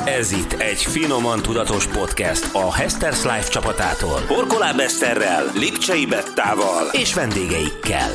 Ez itt egy finoman tudatos podcast a Hester's Life csapatától. Porkoláb Eszterrel, Lipcsei Bettával és vendégeikkel.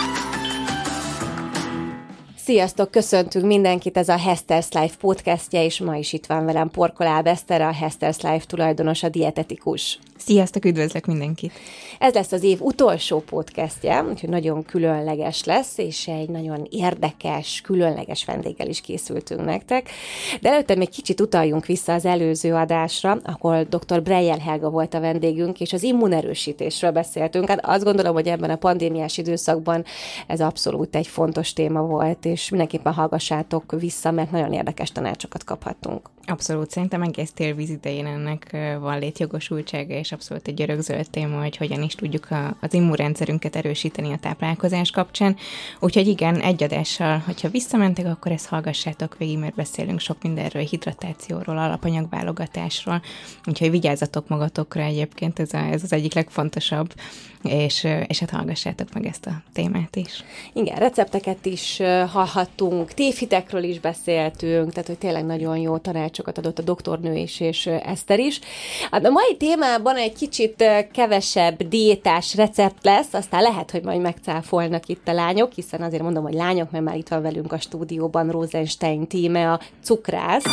Sziasztok, köszöntünk mindenkit, ez a Hester's Life podcastje, és ma is itt van velem Porkoláb Eszter, a Hester's Life tulajdonos, a dietetikus. Sziasztok, üdvözlök mindenkit! Ez lesz az év utolsó podcastje, úgyhogy nagyon különleges lesz, és egy nagyon érdekes, különleges vendéggel is készültünk nektek. De előtte még kicsit utaljunk vissza az előző adásra, ahol dr. Breyer Helga volt a vendégünk, és az immunerősítésről beszéltünk. Hát azt gondolom, hogy ebben a pandémiás időszakban ez abszolút egy fontos téma volt, és mindenképpen hallgassátok vissza, mert nagyon érdekes tanácsokat kaphattunk. Abszolút, szerintem egész télvíz idején ennek van létjogosultsága, és abszolút egy örökzöld téma, hogy hogyan is tudjuk az immunrendszerünket erősíteni a táplálkozás kapcsán. Úgyhogy igen, egy adással, hogyha visszamentek, akkor ezt hallgassátok végig, mert beszélünk sok mindenről, hidratációról, alapanyagválogatásról, úgyhogy vigyázzatok magatokra egyébként, ez az egyik legfontosabb, és hát hallgassátok meg ezt a témát is. Igen, recepteket is hallhattunk, tévhitekről is beszéltünk, tehát hogy tényleg nagyon jó tanácsokat adott a doktornő is, és Eszter is. A mai témában egy kicsit kevesebb diétás recept lesz, aztán lehet, hogy majd megcáfolnak itt a lányok, hiszen azért mondom, hogy lányok, mert már itt van velünk a stúdióban Rosenstein tíme, a cukrász.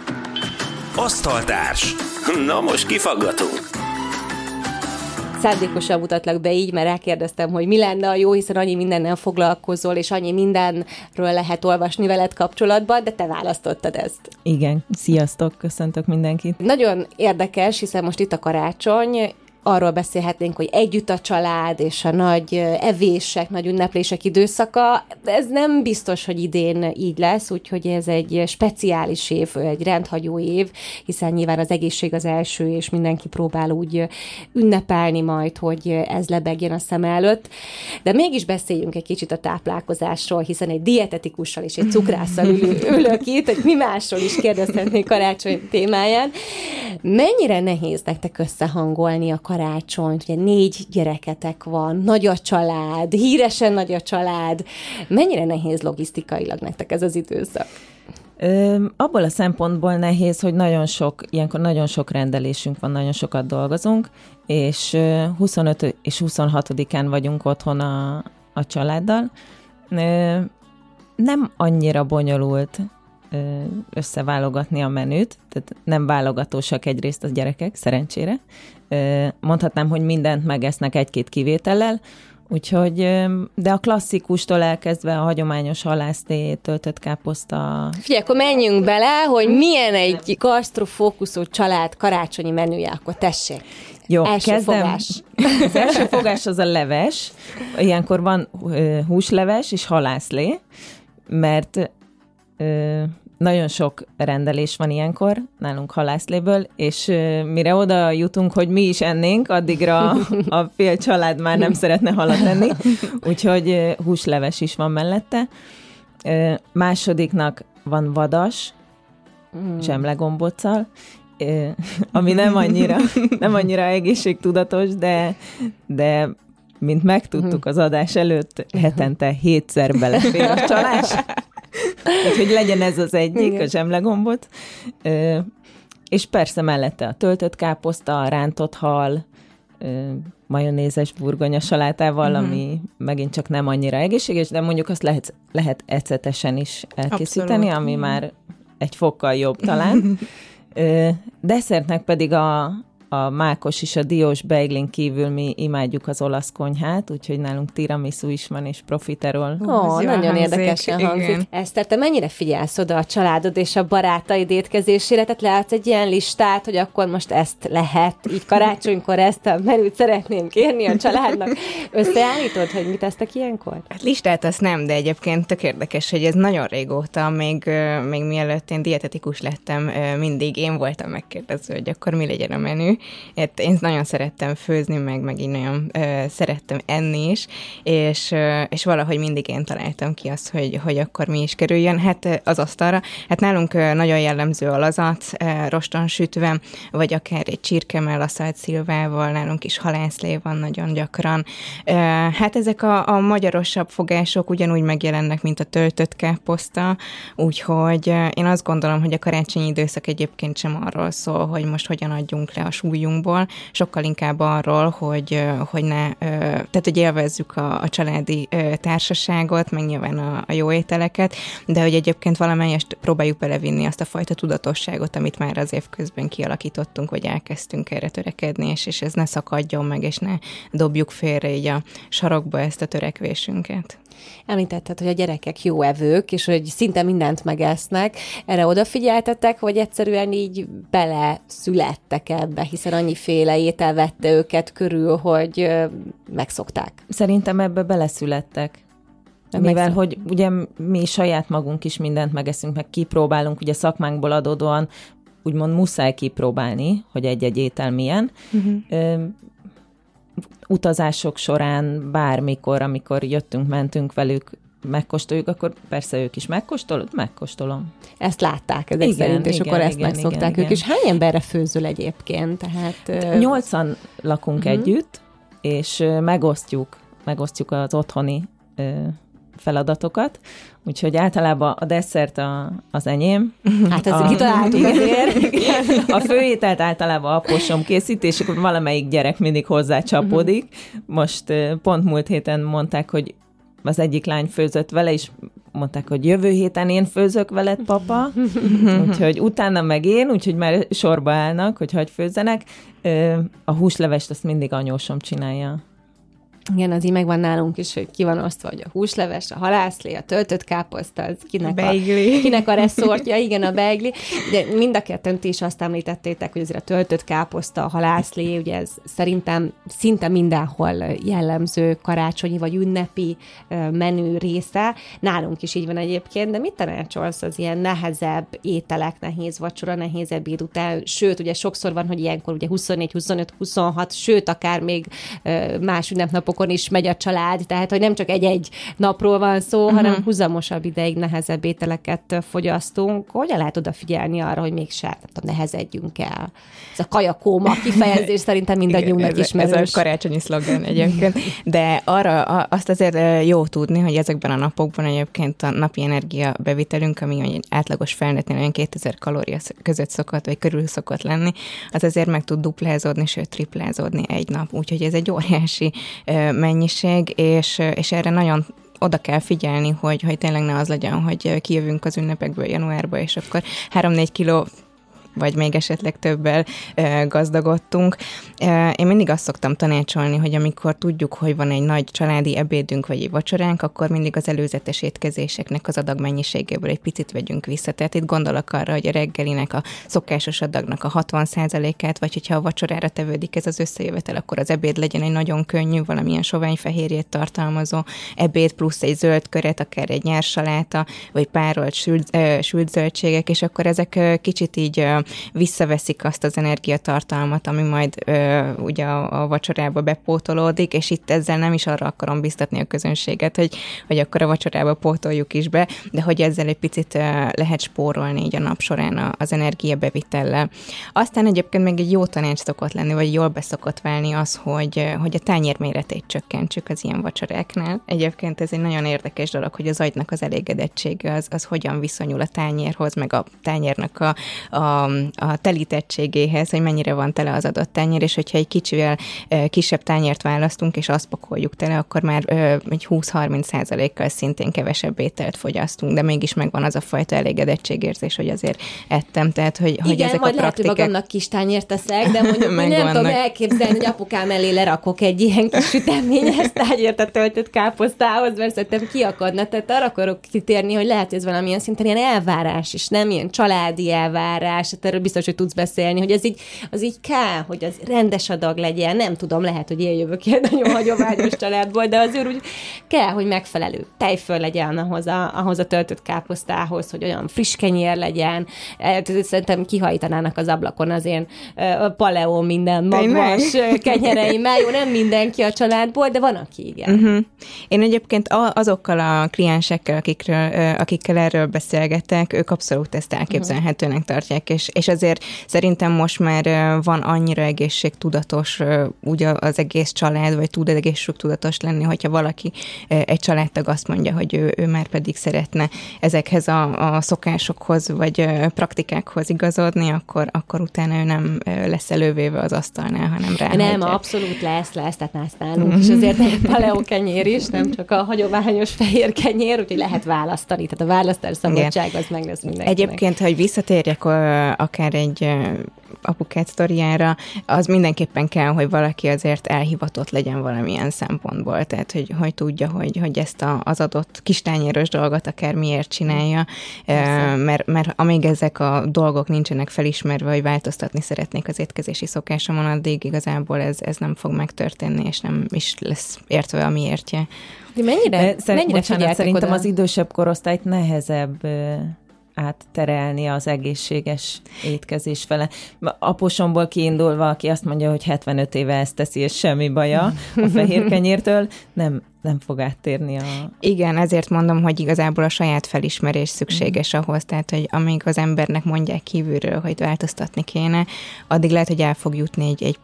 Asztaltárs. Na most kifaggatunk. Szándékosan mutatlak be így, mert rákérdeztem, hogy mi lenne a jó, hiszen annyi mindennel foglalkozol, és annyi mindenről lehet olvasni veled kapcsolatban, de te választottad ezt. Igen, sziasztok, köszöntök mindenkit. Nagyon érdekes, hiszen most itt a karácsony, arról beszélhetnénk, hogy együtt a család, és a nagy evések, nagy ünneplések időszaka. Ez nem biztos, hogy idén így lesz, úgyhogy ez egy speciális év, egy rendhagyó év, hiszen nyilván az egészség az első, és mindenki próbál úgy ünnepelni majd, hogy ez lebegjen a szem előtt. De mégis beszéljünk egy kicsit a táplálkozásról, hiszen egy dietetikussal és egy cukrásszal ülök itt, hogy mi másról is kérdezhetnék karácsony témáján. Mennyire nehéz nektek összehangolni a karácsonyt, ugye 4 gyereketek van, nagy a család, híresen nagy a család. Mennyire nehéz logisztikailag nektek ez az időszak? Abból a szempontból nehéz, hogy ilyenkor nagyon sok rendelésünk van, nagyon sokat dolgozunk, és 25 és 26-án vagyunk otthon a családdal. Nem annyira bonyolult összeválogatni a menüt, tehát nem válogatósak egyrészt a gyerekek, szerencsére. Mondhatnám, hogy mindent megesznek egy-két kivétellel, úgyhogy, de a klasszikustól elkezdve a hagyományos halászlé, töltött káposzta. Figyelj, akkor menjünk bele, hogy milyen egy gasztrofókuszú család karácsonyi menüje, akkor tessék. Jó, első fogás. Az első fogás az a leves. Ilyenkor van húsleves és halászlé, mert nagyon sok rendelés van ilyenkor, nálunk halászléből, és mire oda jutunk, hogy mi is ennénk, addigra a fél család már nem szeretne halat enni, úgyhogy húsleves is van mellette. Másodiknak van vadas, zsemlegombóccal, ami nem annyira egészségtudatos, de mint megtudtuk az adás előtt, hetente 7-szer belefér a csalás. Úgyhogy legyen ez az egyik, igen. A zsemlegombot. És persze mellette a töltött káposzta, a rántott hal, majonézes burgonya salátával, ami megint csak nem annyira egészséges, de mondjuk azt lehet ecetesen is elkészíteni, abszolút. Ami már egy fokkal jobb talán. Desszertnek pedig a mákos és a diós beiglin kívül mi imádjuk az olasz konyhát, úgyhogy nálunk tiramisu is van, és profiterol. Nagyon érdekesen hangzik. Eszter, te mennyire figyelsz oda a családod és a barátaid étkezésére? Tehát látsz egy ilyen listát, hogy akkor most ezt lehet, így karácsonykor ezt a menüt szeretném kérni a családnak. Összeállítod, hogy mit tesztek ilyenkor? Hát listát azt nem, de egyébként tök érdekes, hogy ez nagyon régóta, még mielőtt én dietetikus lettem, mindig én voltam megkérdező, hogy akkor mi legyen a menü. Én nagyon szerettem főzni, meg így nagyon szerettem enni is, és valahogy mindig én találtam ki azt, hogy akkor mi is kerüljön. Hát az asztalra, hát nálunk nagyon jellemző a lazac, roston sütve, vagy akár egy csirkemell, aszalt szilvával, nálunk is halászlé van nagyon gyakran. Hát ezek a magyarosabb fogások ugyanúgy megjelennek, mint a töltött káposzta, úgyhogy én azt gondolom, hogy a karácsonyi időszak egyébként sem arról szól, hogy most hogyan adjunk le a súlyunkból, sokkal inkább arról, hogy hogy élvezzük a családi társaságot, meg nyilván a jó ételeket, de hogy egyébként valamelyest próbáljuk belevinni azt a fajta tudatosságot, amit már az év közben kialakítottunk, vagy elkezdtünk erre törekedni, és ez ne szakadjon meg, és ne dobjuk félre így a sarokba ezt a törekvésünket. Említetted, hogy a gyerekek jó evők, és hogy szinte mindent megesznek. Erre odafigyeltetek, vagy egyszerűen így beleszülettek ebbe, hiszen annyiféle étel vette őket körül, hogy megszokták? Szerintem ebbe beleszülettek. Mivel, hogy ugye mi saját magunk is mindent megeszünk, meg kipróbálunk, ugye szakmánkból adódóan úgymond muszáj kipróbálni, hogy egy-egy étel milyen. Utazások során bármikor, amikor jöttünk, mentünk velük, megkóstoljuk, akkor persze ők is megkóstolom. Ezt látták ezek szerint, és akkor ezt megszokták ők. És hány emberre főzöl egyébként? Tehát 8-an lakunk együtt, és megosztjuk az otthoni feladatokat, úgyhogy általában a desszert az enyém. Hát ezt kitaláltuk azért. A főételt általában apusom készít, és akkor valamelyik gyerek mindig hozzácsapódik. Most pont múlt héten mondták, hogy az egyik lány főzött vele, és mondták, hogy jövő héten én főzök veled, papa, úgyhogy utána meg én, úgyhogy már sorba állnak, hogy hagy főzzenek. A húslevest azt mindig anyósom csinálja. Igen, az így megvan nálunk is, hogy ki van osztva, hogy a húsleves, a halászlé, a töltött káposzta, az kinek a reszortja, igen, a beigli. De mind a ketten ti is azt említettétek, hogy azért a töltött káposzta, a halászlé, ugye ez szerintem szinte mindenhol jellemző karácsonyi vagy ünnepi menü része. Nálunk is így van egyébként, de mit tanácsolsz az ilyen nehezebb ételek, nehéz vacsora, nehéz ebéd után? Sőt, ugye sokszor van, hogy ilyenkor ugye 24, 25, 26, sőt, akár még más ünnepnapokon is megy a család, tehát hogy nem csak egy-egy napról van szó, hanem húzamosabb ideig nehezebb ételeket fogyasztunk. Hogyan lehet odafigyelni arra, hogy mégse nehezedjünk el? Ez a kajakóma kifejezés szerintem mindannyiunknak ismerős. Ez a karácsonyi szlogen egyébként. De arra azt azért jó tudni, hogy ezekben a napokban egyébként a napi energiabevitelünk, ami egy átlagos felnőttnél olyan 2000 kalória között szokott, vagy körül szokott lenni, az azért meg tud duplázódni, sőt triplázódni egy nap. Úgyhogy ez egy óriási mennyiség, és erre nagyon oda kell figyelni, hogy tényleg ne az legyen, hogy kijövünk az ünnepekből januárba, és akkor 3-4 kiló vagy még esetleg többel gazdagodtunk. Én mindig azt szoktam tanácsolni, hogy amikor tudjuk, hogy van egy nagy családi ebédünk, vagy egy vacsoránk, akkor mindig az előzetes étkezéseknek az adagmennyiségéből egy picit vegyünk vissza. Tehát itt gondolok arra, hogy a reggelinek, a szokásos adagnak a 60%-át, vagy hogyha a vacsorára tevődik ez az összejövetel, akkor az ebéd legyen egy nagyon könnyű, valamilyen sovány fehérjét tartalmazó ebéd, plusz egy zöld köret, akár egy nyers saláta, vagy párolt sült zöldségek, és akkor ezek kicsit így visszaveszik azt az energiatartalmat, ami majd ugye a vacsorába bepótolódik, és itt ezzel nem is arra akarom biztatni a közönséget, hogy akkor a vacsorába pótoljuk is be, de hogy ezzel egy picit lehet spórolni így a nap során az energiabevitellel. Aztán egyébként még egy jó tanács szokott lenni, vagy jól beszokott válni az, hogy a tányér méretét csökkentsük az ilyen vacsoráknál. Egyébként ez egy nagyon érdekes dolog, hogy az agynak az elégedettsége az hogyan viszonyul a tányérhoz, meg a tányérnak a telítettségéhez, hogy mennyire van tele az adott tányér, és hogyha egy kicsivel kisebb tányért választunk, és azt pakoljuk tele, akkor már egy 20-30%-kal szintén kevesebb ételt fogyasztunk, de mégis megvan az a fajta elégedettségérzés, hogy azért ettem, tehát hogy igen, ezek majd a praktikák... lehet, hogy magamnak kis tányért teszek, de mondjuk nem tudom elképzelni, hogy apukám elé lerakok egy ilyen kis süteményes tányért a töltött káposztához, mert szerintem kiakadna. Tehát arra akarok kitérni, hogy lehet, hogy ez valamilyen szinten ilyen elvárás is, nem ilyen családi elvárás, erről biztos, hogy tudsz beszélni, hogy az így kell, hogy az rendes adag legyen, nem tudom, lehet, hogy én jövök ilyen nagyon hagyományos családból, de azért úgy kell, hogy megfelelő tejföl legyen ahhoz a töltött káposztához, hogy olyan friss kenyér legyen. Szerintem kihajtanának az ablakon az én paleo minden magvas kenyereimmel. Jó, nem mindenki a családból, de van, aki igen. Uh-huh. Én egyébként azokkal a kliensekkel, akikkel erről beszélgetek, ők abszolút ezt elképzelhetőnek tartják, és azért szerintem most már van annyira egészségtudatos ugye az egész család, vagy tud egészségtudatos lenni, hogyha valaki, egy családtag azt mondja, hogy ő már pedig szeretne ezekhez a szokásokhoz, vagy praktikákhoz igazodni, akkor utána ő nem lesz elővéve az asztalnál, hanem rá. Nem, abszolút lesz, tehát nálunk is azért egy paleo kenyér is, nem csak a hagyományos fehér kenyér, úgyhogy lehet választani, tehát a választás szabadság az meg lesz mindenkinek. Egyébként, hogy visszatérjek akár egy apukát sztoriára, az mindenképpen kell, hogy valaki azért elhivatott legyen valamilyen szempontból, tehát hogy tudja, hogy ezt az adott kistányéros dolgot akár miért csinálja, mert amíg ezek a dolgok nincsenek felismerve, hogy változtatni szeretnék az étkezési szokásomon, addig igazából ez nem fog megtörténni, és nem is lesz értve a miértje. De mennyire szerintem oda? Az idősebb korosztályt nehezebb átterelni az egészséges étkezés fele. Aposomból kiindulva, aki azt mondja, hogy 75 éve ezt teszi, és semmi baja a fehér kenyértől, nem fog áttérni a... Igen, ezért mondom, hogy igazából a saját felismerés szükséges ahhoz, tehát, hogy amíg az embernek mondják kívülről, hogy változtatni kéne, addig lehet, hogy el fog jutni egy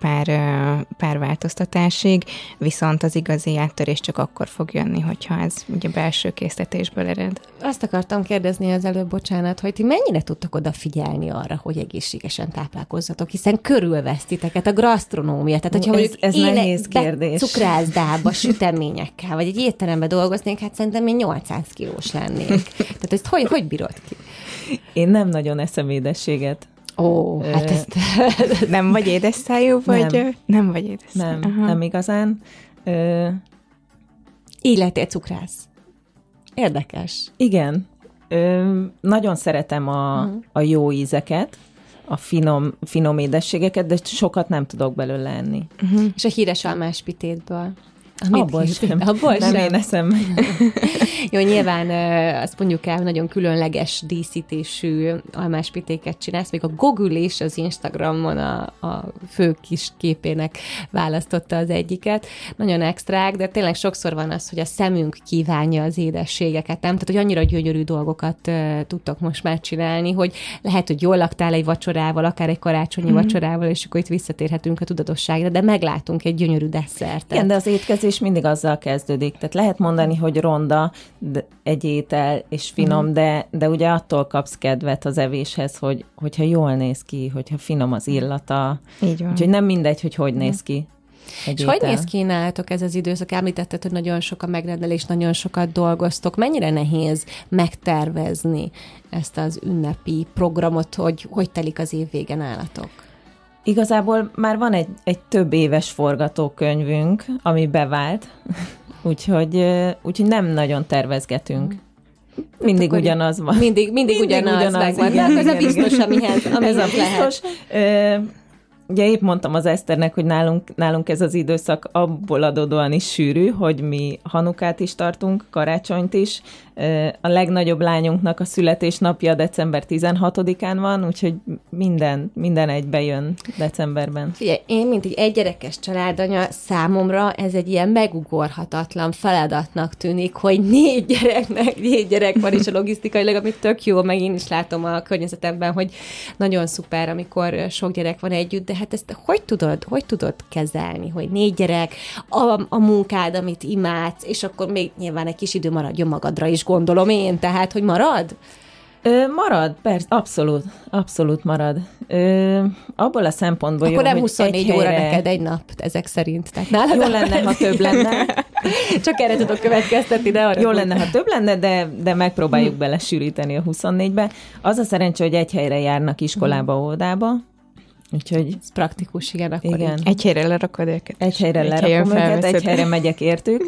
pár változtatásig, viszont az igazi áttörés csak akkor fog jönni, hogyha ez ugye belső késztetésből ered. Azt akartam kérdezni az előbb, bocsánat, hogy ti mennyire tudtok odafigyelni arra, hogy egészségesen táplálkozzatok, hiszen körülvesz titeket a gasztronómia. Tehát, hogyha ez nehéz kérdés. Cukrászdába, süteményekkel, vagy egy étteremben dolgoznék, hát szerintem én 800 kilós lennék. Tehát ezt hogy bírod ki? Én nem nagyon eszem édességet. Ó, hát ezt... Nem vagy édesszájú, vagy... Nem vagy édesszájú. Nem igazán. Így lettél cukrász. Érdekes. Igen. Nagyon szeretem a jó ízeket, a finom édességeket, de sokat nem tudok belőle enni. És a híres almáspitétből. Abból sem. Én eszem. Jó, nyilván azt mondjuk el, nagyon különleges díszítésű almáspitéket csinálsz, még a Google is az Instagramon a fő kis képének választotta az egyiket. Nagyon extrák, de tényleg sokszor van az, hogy a szemünk kívánja az édességeket, nem? Tehát, hogy annyira gyönyörű dolgokat tudtok most már csinálni, hogy lehet, hogy jól laktál egy vacsorával, akár egy karácsonyi vacsorával, és akkor itt visszatérhetünk a tudatosságra, de meglátunk egy gyönyörű desszertet. Igen, de az étkezés mindig azzal kezdődik. Tehát lehet mondani, hogy ronda egy étel, és finom, de ugye attól kapsz kedvet az evéshez, hogyha jól néz ki, hogyha finom az illata. Így van. Úgyhogy nem mindegy, hogy néz ki. És hogy néz ki nálatok ez az időszak? Említetted, hogy nagyon sok a megrendelés, nagyon sokat dolgoztok. Mennyire nehéz megtervezni ezt az ünnepi programot, hogy telik az év vége nálatok? Igazából már van egy több éves forgatókönyvünk, ami bevált, úgyhogy nem nagyon tervezgetünk. Mindig ugyanaz van. Mindig ugyanaz megvan. Igen, ez a biztos, amihez ez a biztos. Ugye épp mondtam az Eszternek, hogy nálunk ez az időszak abból adódóan is sűrű, hogy mi Hanukát is tartunk, karácsonyt is. A legnagyobb lányunknak a születésnapja december 16-án van, úgyhogy minden egybe jön decemberben. Figyelj, én, mint egy egygyerekes családanya, számomra ez egy ilyen megugorhatatlan feladatnak tűnik, hogy 4 gyerek van, és a logisztikailag, amit tök jó, meg én is látom a környezetemben, hogy nagyon szuper, amikor sok gyerek van együtt, de hát ezt hogy tudod kezelni, hogy 4 gyerek, a munkád, amit imádsz, és akkor még nyilván egy kis idő maradjon magadra is, gondolom én, tehát, hogy marad? Marad, persze, abszolút marad. Abból a szempontból akkor jó, nem 24 óra neked egy nap, ezek szerint. Tehát jó lenne, ha több lenne. Csak erre tudok következtetni, de arra. Jó lenne, ha több lenne, de megpróbáljuk belesűríteni a 24-be. Az a szerencsé, hogy egy helyre járnak iskolába, óvodába, úgyhogy... Ez praktikus, igen, akkor igen. Egy helyre lerakod őket. Egy helyre lerakom őket, egy helyre megyek értük.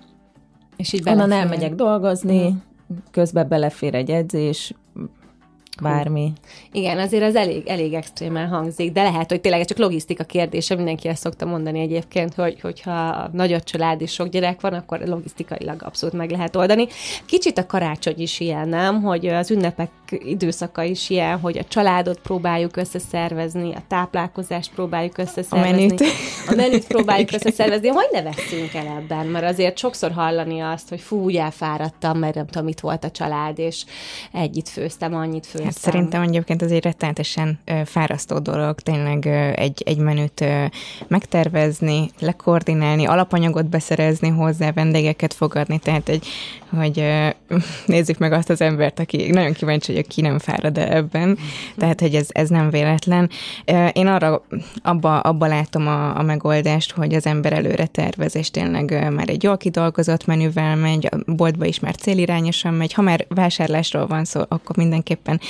És így onnan elmegyek dolgozni, közben belefér egy edzés, bármi. Igen, azért az elég extrémen hangzik, de lehet, hogy tényleg csak logisztika kérdése, mindenki ezt szokta mondani egyébként, hogyha nagy a család és sok gyerek van, akkor logisztikailag abszolút meg lehet oldani. Kicsit a karácsony is ilyen, nem? Hogy az ünnepek időszaka is ilyen, hogy a családot próbáljuk összeszervezni, a táplálkozást próbáljuk összeszervezni. A menüt próbáljuk összeszervezni. Hogy ne vesszünk el ebben? Mert azért sokszor hallani azt, hogy úgy elfáradtam, mert nem tudom, mit volt a család, és együtt főztem, annyit főztem. Hát szerintem egyébként azért rettenetesen fárasztó dolog tényleg egy menüt megtervezni, lekoordinálni, alapanyagot beszerezni hozzá, vendégeket fogadni, tehát hogy nézzük meg azt az embert, aki nagyon kíváncsi, hogy ki nem fárad ebben, tehát hogy ez nem véletlen. Én abba látom a megoldást, hogy az ember előre tervez, és tényleg már egy jól kidolgozott menüvel megy, a boltba is már célirányosan megy. Ha már vásárlásról van szó, akkor mindenképpen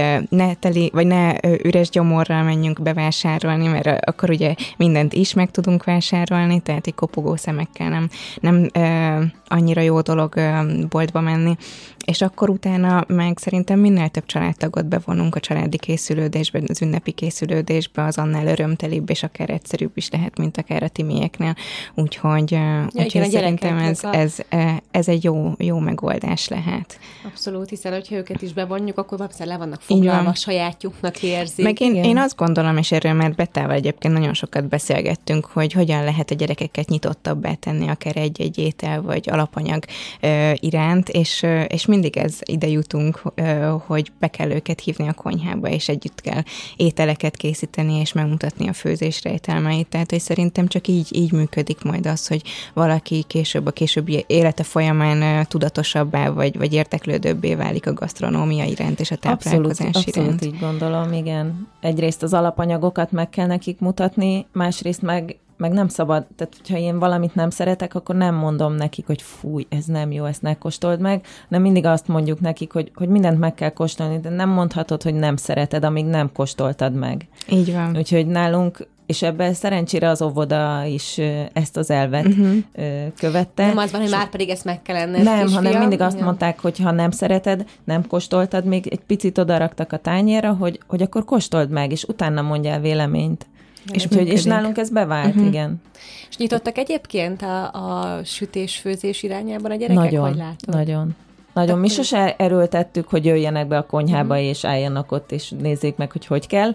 ne üres gyomorral menjünk bevásárolni, mert akkor ugye mindent is meg tudunk vásárolni, tehát egy kopogó szemekkel nem annyira jó dolog boltba menni, és akkor utána meg szerintem minél több családtagot bevonunk a családi készülődésbe, az ünnepi készülődésbe, az annál örömtelibb, és akár egyszerűbb is lehet, mint akár a timieknél. Úgyhogy szerintem ez egy jó megoldás lehet. Abszolút, hiszen hogyha őket is bevonjuk, akkor valószínűleg le vannak foglalva, sajátjuknak érzik. Meg én azt gondolom, és erről már Bettával egyébként nagyon sokat beszélgettünk, hogy hogyan lehet a gyerekeket nyitottabbá tenni, akár egy étel vagy alapanyag iránt, és mindig ide jutunk, hogy be kell őket hívni a konyhába, és együtt kell ételeket készíteni, és megmutatni a főzés rejtelmeit. Tehát, hogy szerintem csak így működik majd az, hogy valaki a későbbi élete folyamán tudatosabbá, vagy érdeklődőbbé válik a gasztronómia iránt, és a táplálkozás iránt. Abszolút így gondolom, igen. Egyrészt az alapanyagokat meg kell nekik mutatni, másrészt meg nem szabad, tehát hogyha én valamit nem szeretek, akkor nem mondom nekik, hogy fúj, ez nem jó, ezt ne kóstold meg, hanem mindig azt mondjuk nekik, hogy mindent meg kell kóstolni, de nem mondhatod, hogy nem szereted, amíg nem kóstoltad meg. Így van. Úgyhogy nálunk, és ebben szerencsére az óvoda is ezt az elvet követte. Nem az van, hogy már pedig ezt meg kellene. Nem, hanem mindig azt mondták, hogy ha nem szereted, nem kóstoltad, még egy picit odaraktak a tányérra, hogy akkor kóstold meg, és utána mondjál véleményt. És nálunk ez bevált, igen. És nyitottak egyébként a sütés-főzés irányában a gyerekek? Nagyon, nagyon. Mi sose erőltettük, hogy jöjjenek be a konyhába, és álljanak ott, és nézzék meg, hogy kell.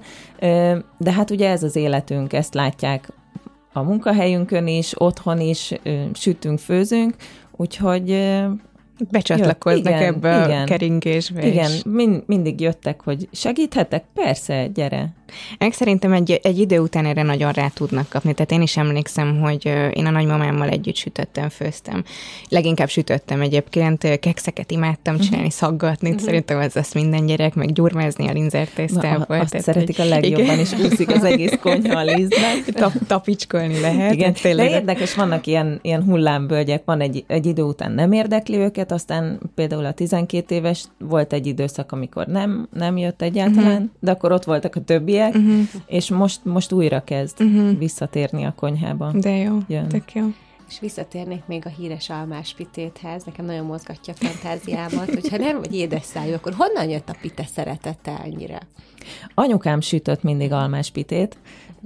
De hát ugye ez az életünk, ezt látják a munkahelyünkön is, otthon is, sütünk, főzünk, úgyhogy... becsatlakoznak ebbe a keringésbe. Igen, mindig jöttek, hogy segíthetek? Persze, gyere. Meg szerintem egy idő után erre nagyon rá tudnak kapni. Tehát én is emlékszem, hogy én a nagymamámmal együtt sütöttem, főztem. Leginkább sütöttem egyébként, kekszeket imádtam csinálni, szaggatni. Szerintem ez minden gyerek, meg gyurmázni a linzertésztával. Azt szeretik a legjobban, és úszik az egész konyha a lízben. Tapicskolni lehet. Igen, de érdekes, vannak ilyen hullámvölgyek, van egy idő után nem érdekli őket, aztán például a 12 éves volt egy időszak, amikor nem jött egyáltalán, de akkor ott voltak a többiek, és most újra kezd visszatérni a konyhába. De jó, tök jó. És visszatérnék még a híres almáspitéthez, nekem nagyon mozgatja a fantáziámat, hogyha nem vagy édesszájú, akkor honnan jött a pite szeretete ennyire? Anyukám sütött mindig almáspitét,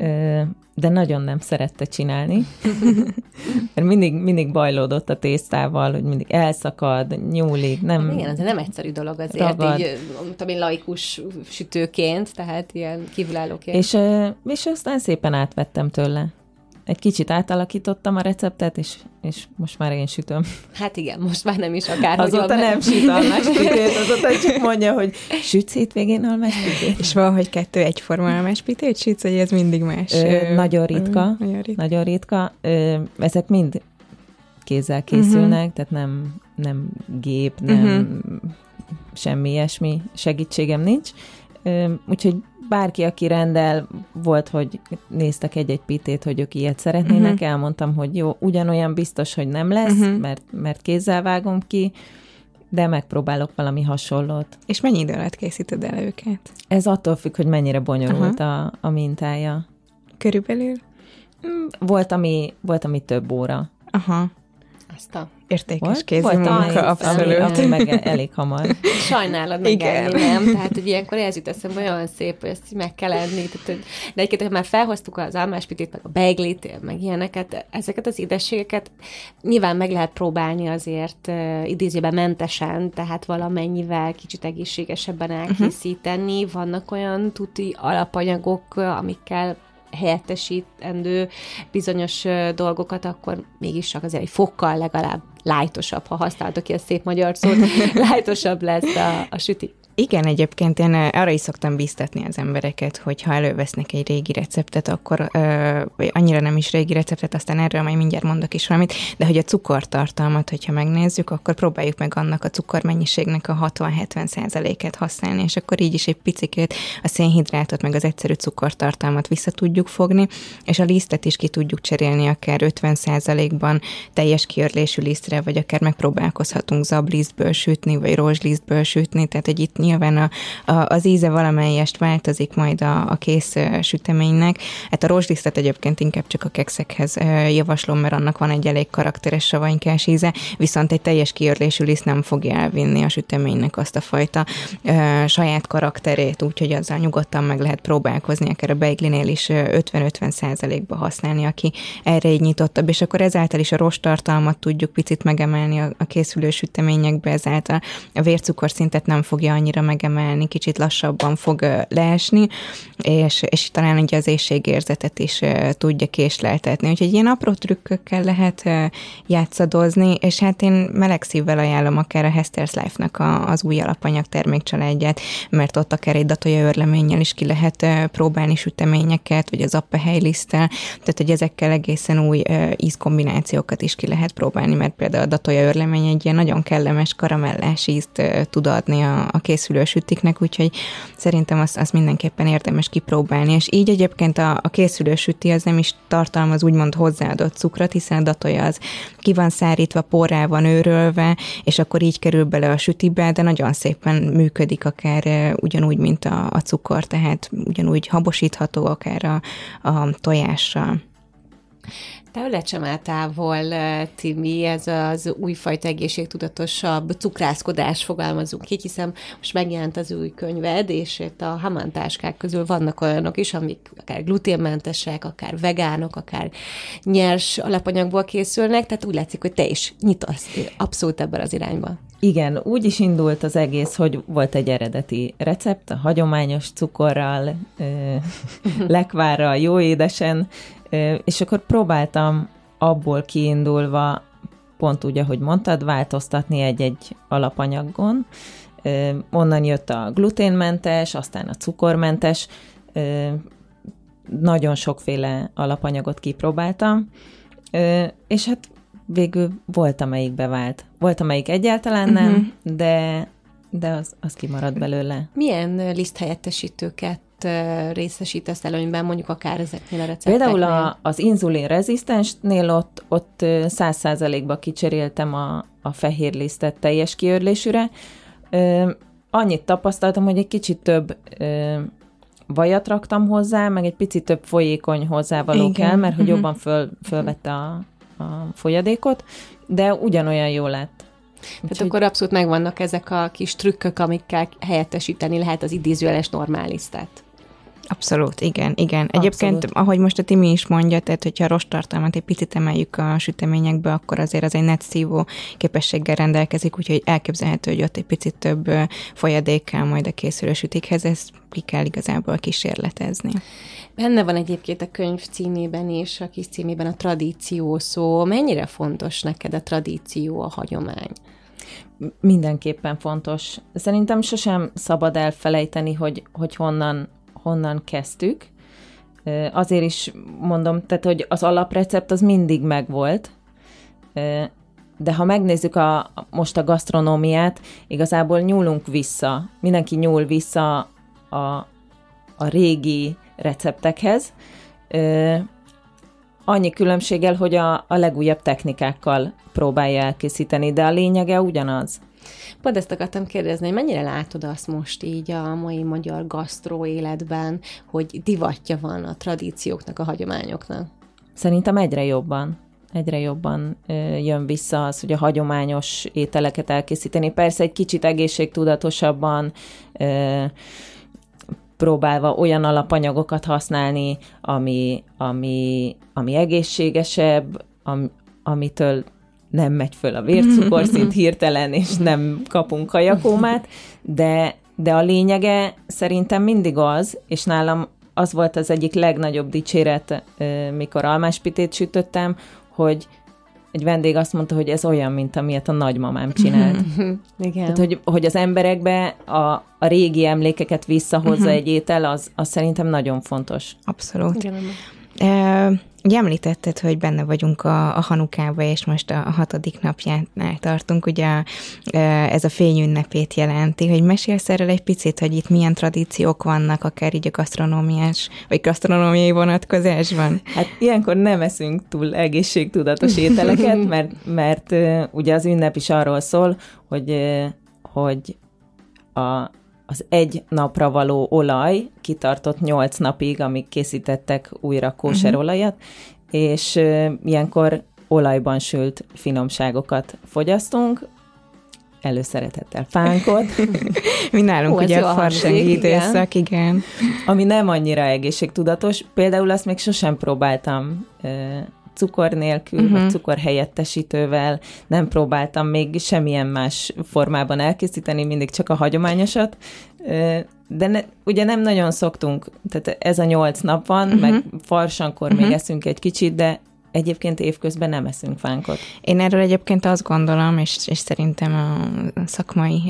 de nagyon nem szerette csinálni, mert mindig bajlódott a tésztával, hogy mindig elszakad, nyúlik, nem... Igen, ez nem egyszerű dolog azért, így, tudom én, laikus sütőként, tehát ilyen kívülállóként. És aztán szépen átvettem tőle. Egy kicsit átalakítottam a receptet, és most már én sütöm. Hát igen, most már nem is akárhogy. Azóta nem süt almáspitét, azóta csak mondja, hogy sütsz hétvégén almáspitét. És valahogy 2 egyforma almáspitét sütsz, hogy ez mindig más? Nagyon ritka. Ezek mind kézzel készülnek, tehát nem gép, nem semmi ilyesmi segítségem nincs. Úgyhogy bárki, aki rendel, volt, hogy néztek egy pitét, hogy ők ilyet szeretnének, elmondtam, hogy jó, ugyanolyan biztos, hogy nem lesz, mert kézzel vágom ki, de megpróbálok valami hasonlót. És mennyi idő alatt készíted el őket? Ez attól függ, hogy mennyire bonyolult a mintája. Körülbelül? Volt, ami több óra. Aha. Basta. Értékes kézimunka, abszolút. Meg elég hamar. Sajnálod megenni, nem? Tehát, hogy ilyenkor ez jut eszembe, olyan szép, hogy ezt meg kell enni. Tehát, hogy... De egyébként, ha már felhoztuk az almáspitit, meg a beiglit, meg ilyeneket, ezeket az édességeket nyilván meg lehet próbálni azért idézőben mentesen, tehát valamennyivel kicsit egészségesebben elkészíteni. Vannak olyan tuti alapanyagok, amikkel helyettesítendő bizonyos dolgokat, akkor mégis csak azért egy fokkal legalább lájtosabb, ha használtok ilyen szép magyar szót, lájtosabb lesz a süti. Igen, egyébként én arra is szoktam bíztatni az embereket, hogy ha elővesznek egy régi receptet, akkor vagy annyira nem is régi receptet, aztán erről majd mindjárt mondok is valamit, de hogy a cukortartalmat, hogyha megnézzük, akkor próbáljuk meg annak a cukormennyiségnek a 60-70%-át használni, és akkor így is egy picikét a szénhidrátot, meg az egyszerű cukortartalmat vissza tudjuk fogni, és a lisztet is ki tudjuk cserélni akár 50%-ban teljes kiörlésű lisztre, vagy akár megpróbálkozhatunk zablisztből sütni, vagy rózslisztből sütni, tehát hogy itt nyilván az íze valamelyest változik majd a kész süteménynek. Hát a rózslisztet egyébként inkább csak a kekszekhez javaslom, mert annak van egy elég karakteres savanykás íze, viszont egy teljes kiörlésű liszt nem fogja elvinni a süteménynek azt a fajta saját karakterét, úgyhogy azzal nyugodtan meg lehet próbálkozni, akár a beiglinél is 50-50%-ba használni, aki erre így nyitottabb, és akkor ezáltal is a rosttartalmat tudjuk picit megemelni a készülő süteményekbe, ezáltal a vércukorszintet nem fogja annyira megemelni, kicsit lassabban fog leesni, és talán ugye az éhségérzetet is tudja késleltetni. Úgyhogy ilyen apró trükkökkel lehet játszadozni, és hát én meleg szívvel ajánlom akár a Hester's Life-nak az új alapanyag termékcsaládját, mert ott akár egy datolya örleménnyel is ki lehet próbálni süteményeket, vagy az appehelyliszttel, tehát hogy ezekkel egészen új ízkombinációkat is ki lehet próbálni, mert például a datolya örlemény egy ilyen nagyon kellemes karamellás ízt tud adni a készülő sütiknek, úgyhogy szerintem azt mindenképpen érdemes kipróbálni, és így egyébként a készülő süti az nem is tartalmaz úgymond hozzáadott cukrot, hiszen a datolya az ki van szárítva, porrá van őrölve, és akkor így kerül bele a sütibe, de nagyon szépen működik akár ugyanúgy, mint a cukor, tehát ugyanúgy habosítható akár a tojással. Távol, Timi, ez az újfajta egészségtudatosabb cukrászkodás, fogalmazunk így, hiszen most megjelent az új könyved, és itt a Hamann táskák közül vannak olyanok is, amik akár gluténmentesek, akár vegánok, akár nyers alapanyagból készülnek, tehát úgy látszik, hogy te is nyitasz abszolút ebben az irányban. Igen, úgy is indult az egész, hogy volt egy eredeti recept, a hagyományos cukorral, lekvárral, jó édesen, és akkor próbáltam abból kiindulva, pont úgy, ahogy mondtad, változtatni egy-egy alapanyagon. Onnan jött a gluténmentes, aztán a cukormentes, nagyon sokféle alapanyagot kipróbáltam, és hát végül volt, amelyik bevált. Volt, amelyik egyáltalán nem, de az kimaradt belőle. Milyen liszthelyettesítőket részesítesz előnyben, mondjuk akár ezeknél a recepteknél? Például az inzulin rezisztensnél ott 100%-ba kicseréltem a fehér lisztet teljes kiörlésűre. Annyit tapasztaltam, hogy egy kicsit több vajat raktam hozzá, meg egy picit több folyékony hozzávaló kell, mert hogy jobban fölvette a folyadékot, de ugyanolyan jó lett. Tehát akkor abszolút megvannak ezek a kis trükkök, amikkel helyettesíteni lehet az idézőjeles normál lisztet. Abszolút, igen. Egyébként, ahogy most a Timi is mondja, tehát hogyha a rosttartalmat egy picit emeljük a süteményekbe, akkor azért az egy netszívó képességgel rendelkezik, úgyhogy elképzelhető, hogy ott egy picit több folyadék kell majd a készülő sütikhez, ezt ki kell igazából kísérletezni. Benne van egyébként a könyv címében és a kis címében a tradíció szó. Mennyire fontos neked a tradíció, a hagyomány? Mindenképpen fontos. Szerintem sosem szabad elfelejteni, hogy honnan kezdtük. Azért is mondom, tehát, hogy az alaprecept az mindig megvolt, de ha megnézzük most a gasztronómiát, igazából nyúlunk vissza. Mindenki nyúl vissza a régi receptekhez. Annyi különbséggel, hogy a legújabb technikákkal próbálja elkészíteni, de a lényege ugyanaz. Pont ezt akartam kérdezni, hogy mennyire látod azt most így a mai magyar gasztró életben, hogy divatja van a tradícióknak, a hagyományoknak? Szerintem egyre jobban. egyre jobban jön vissza az, hogy a hagyományos ételeket elkészíteni. Persze egy kicsit egészségtudatosabban, próbálva olyan alapanyagokat használni, ami egészségesebb, amitől nem megy föl a vércukorszint hirtelen, és nem kapunk kajakómát, de a lényege szerintem mindig az, és nálam az volt az egyik legnagyobb dicséret, mikor almáspitét sütöttem, hogy egy vendég azt mondta, hogy ez olyan, mint amilyet a nagymamám csinált. Igen. Tehát, hogy az emberekbe a régi emlékeket visszahozza egy étel, az szerintem nagyon fontos. Abszolút. Ugye említetted, hogy benne vagyunk a Hanukába, és most a 6. napjánál tartunk, ugye ez a fényünnepét jelenti, hogy mesélsz erről egy picit, hogy itt milyen tradíciók vannak, akár így a gasztronómiás, vagy gasztronómiai vonatkozásban? Hát ilyenkor nem eszünk túl egészségtudatos ételeket, mert ugye az ünnep is arról szól, hogy az egy napra való olaj kitartott 8 napig, amíg készítettek újra kóserolajat, és ilyenkor olajban sült finomságokat fogyasztunk, előszeretettel fánkot. Mi nálunk ugye a farsangi időszak, igen. Ami nem annyira egészségtudatos, például azt még sosem próbáltam cukor nélkül, vagy cukor helyettesítővel, nem próbáltam még semmilyen más formában elkészíteni, mindig csak a hagyományosat, de ugye nem nagyon szoktunk, tehát ez a 8 nap van, meg farsankor még eszünk egy kicsit, de egyébként évközben nem eszünk fánkot. Én erről egyébként azt gondolom, és szerintem a szakmai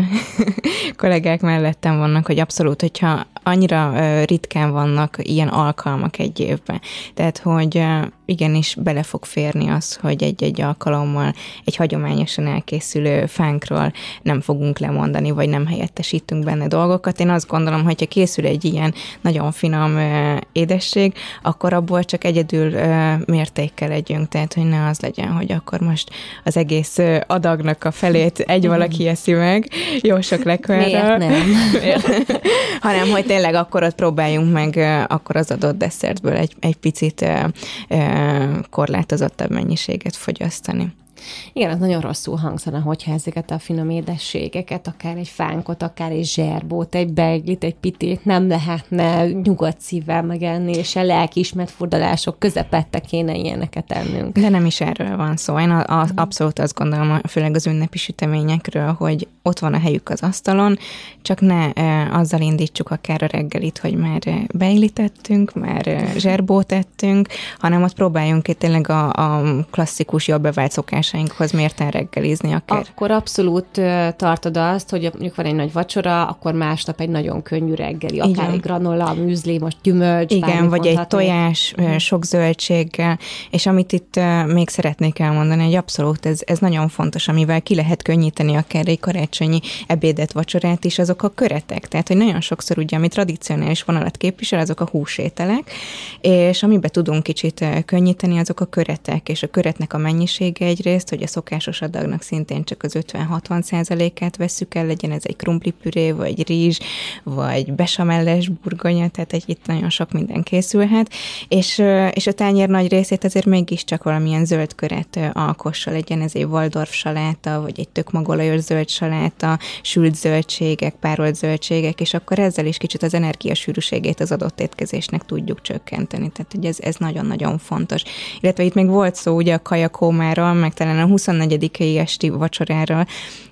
kollégák mellettem vannak, hogy abszolút, hogyha annyira ritkán vannak ilyen alkalmak egy évben. Tehát, hogy igenis bele fog férni az, hogy egy-egy alkalommal egy hagyományosan elkészülő fánkról nem fogunk lemondani, vagy nem helyettesítünk benne dolgokat. Én azt gondolom, hogyha készül egy ilyen nagyon finom édesség, akkor abból csak egyedül mértékkel legyünk, tehát, hogy ne az legyen, hogy akkor most az egész adagnak a felét egy valaki eszi meg, jó sok lekvárral. Miért nem? Hanem, hogy tényleg akkor ott próbáljunk meg akkor az adott desszertből egy picit korlátozottabb mennyiséget fogyasztani. Igen, az nagyon rosszul hangzana, hogyha ezeket a finom édességeket, akár egy fánkot, akár egy zserbót, egy beiglit, egy pitét nem lehetne nyugodt szívvel megenni, és a lelkiismert furdalások közepette kéne ilyeneket ennünk. De nem is erről van szó. Én abszolút azt gondolom, főleg az ünnepi süteményekről, hogy ott van a helyük az asztalon, csak ne azzal indítsuk akár a reggelit, hogy már beiglit ettünk, már zserbót tettünk, hanem ott próbáljunk itt tényleg a klasszikus, jól bevált szokásainkhoz mérten reggelizni akár. Akkor abszolút tartod azt, hogy mondjuk van egy nagy vacsora, akkor másnap egy nagyon könnyű reggeli, akár egy granola, műzli, most gyümölcs. Igen, vagy egy tojás, sok zöldséggel, és amit itt még szeretnék elmondani, hogy abszolút ez nagyon fontos, amivel ki lehet könnyíteni akár egy karácsonyi ebédet, vacsorát is, azok a köretek. Tehát, hogy nagyon sokszor ugye, ami tradicionális vonalat képvisel, azok a húsételek, és amiben tudunk kicsit könnyíteni, azok a köretek, és a köretnek a mennyisége egyrészt, hogy a szokásos adagnak szintén csak az 50-60%-át vesszük el, legyen ez egy krumplipüré, vagy rizs, vagy besamelles burgonya, tehát itt nagyon sok minden készülhet, és a tányér nagy részét azért mégiscsak valamilyen zöld köret alkossa, legyen ez egy Waldorf saláta, vagy egy tök magolajos zöld saláta, sült zöldségek, párolt zöldségek, és akkor ezzel is kicsit az energiasűrűségét az adott étkezésnek tudjuk csökkenteni. Tehát, hogy ez nagyon-nagyon fontos. Illetve itt még volt szó ugye a kajakómáról, meg talán a 24. esti vacsoráról,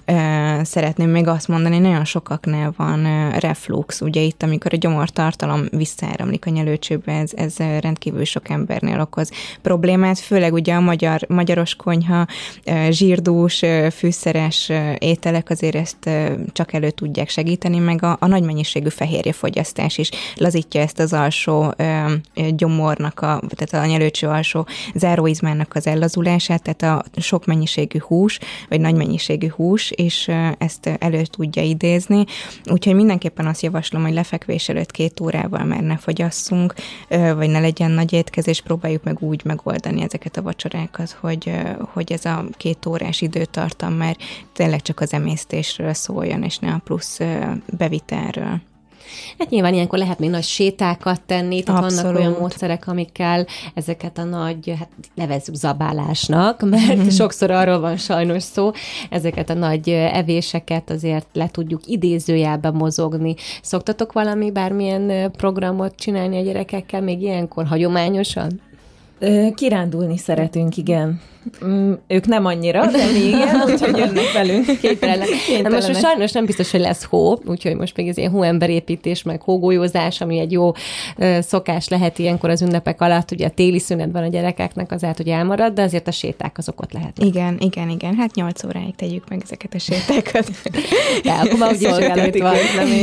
szeretném még azt mondani, nagyon sokaknál van reflux. Ugye itt, amikor a gyomortartalom visszaáramlik a nyelőcsőbe, ez rendkívül sok embernél okoz problémát, főleg ugye a magyaros konyha, zsírdús, fűszeres ételek azért ezt csak elő tudják segíteni, meg a nagy mennyiségű fehérjefogyasztás is lazítja ezt az alsó gyomornak, tehát a nyelőcső alsó záróizmának az ellazulását, tehát a sok mennyiségű hús, vagy nagy mennyiségű hús, és ezt elő tudja idézni. Úgyhogy mindenképpen azt javaslom, hogy lefekvés előtt 2 órával már ne fogyasszunk, vagy ne legyen nagy étkezés, próbáljuk meg úgy megoldani ezeket a vacsorákat, hogy ez a 2 órás időtartam már tényleg csak az emésztésről szóljon, és ne a plusz bevitelről. Hát nyilván ilyenkor lehet még nagy sétákat tenni, tehát vannak olyan módszerek, amikkel ezeket a nagy, hát nevezzük zabálásnak, mert sokszor arról van sajnos szó, ezeket a nagy evéseket azért le tudjuk idézőjelben mozogni. Szoktatok bármilyen programot csinálni a gyerekekkel, még ilyenkor hagyományosan? Kirándulni szeretünk, igen. Ők nem annyira, de mi igen, úgyhogy jönnek velünk. Kénytelenek. Most sajnos nem biztos, hogy lesz hó, úgyhogy most még ez ilyen hóemberépítés, meg hógolyózás, ami egy jó szokás lehet ilyenkor az ünnepek alatt, ugye a téli szünetben a gyerekeknek azért, hogy elmarad, de azért a séták azok ott lehetnek. Igen. Hát 8 óráig tegyük meg ezeket a sétákat. De akkor már ugye szolgálati van.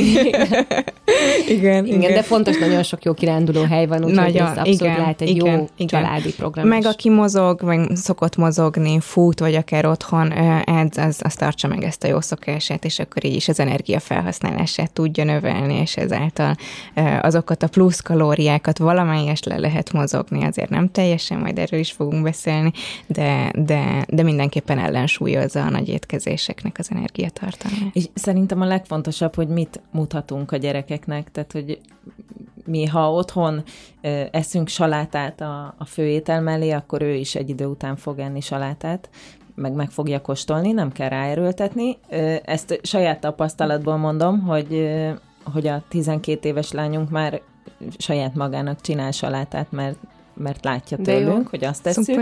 Igen, de fontos, nagyon sok jó kiránduló hely van, úgyhogy ez abszolút lehet egy jó családi program. Meg aki mozog, vagy szokott mozogni, fut, vagy akár otthon edz, az tartsa meg ezt a jó szokását, és akkor így is az energiafelhasználását tudja növelni, és ezáltal azokat a plusz kalóriákat valamelyest le lehet mozogni, azért nem teljesen, majd erről is fogunk beszélni, de mindenképpen ellensúlyozza a nagy étkezéseknek az energiatartalmát. És szerintem a legfontosabb, hogy mit mutatunk a gyerekeknek, tehát, hogy mi, ha otthon eszünk salátát a főétel mellé, akkor ő is egy idő után fog enni salátát, meg fogja kóstolni, nem kell ráerőltetni. Ezt saját tapasztalatból mondom, hogy a 12 éves lányunk már saját magának csinál salátát, mert látja tőlünk, hogy azt tesszük.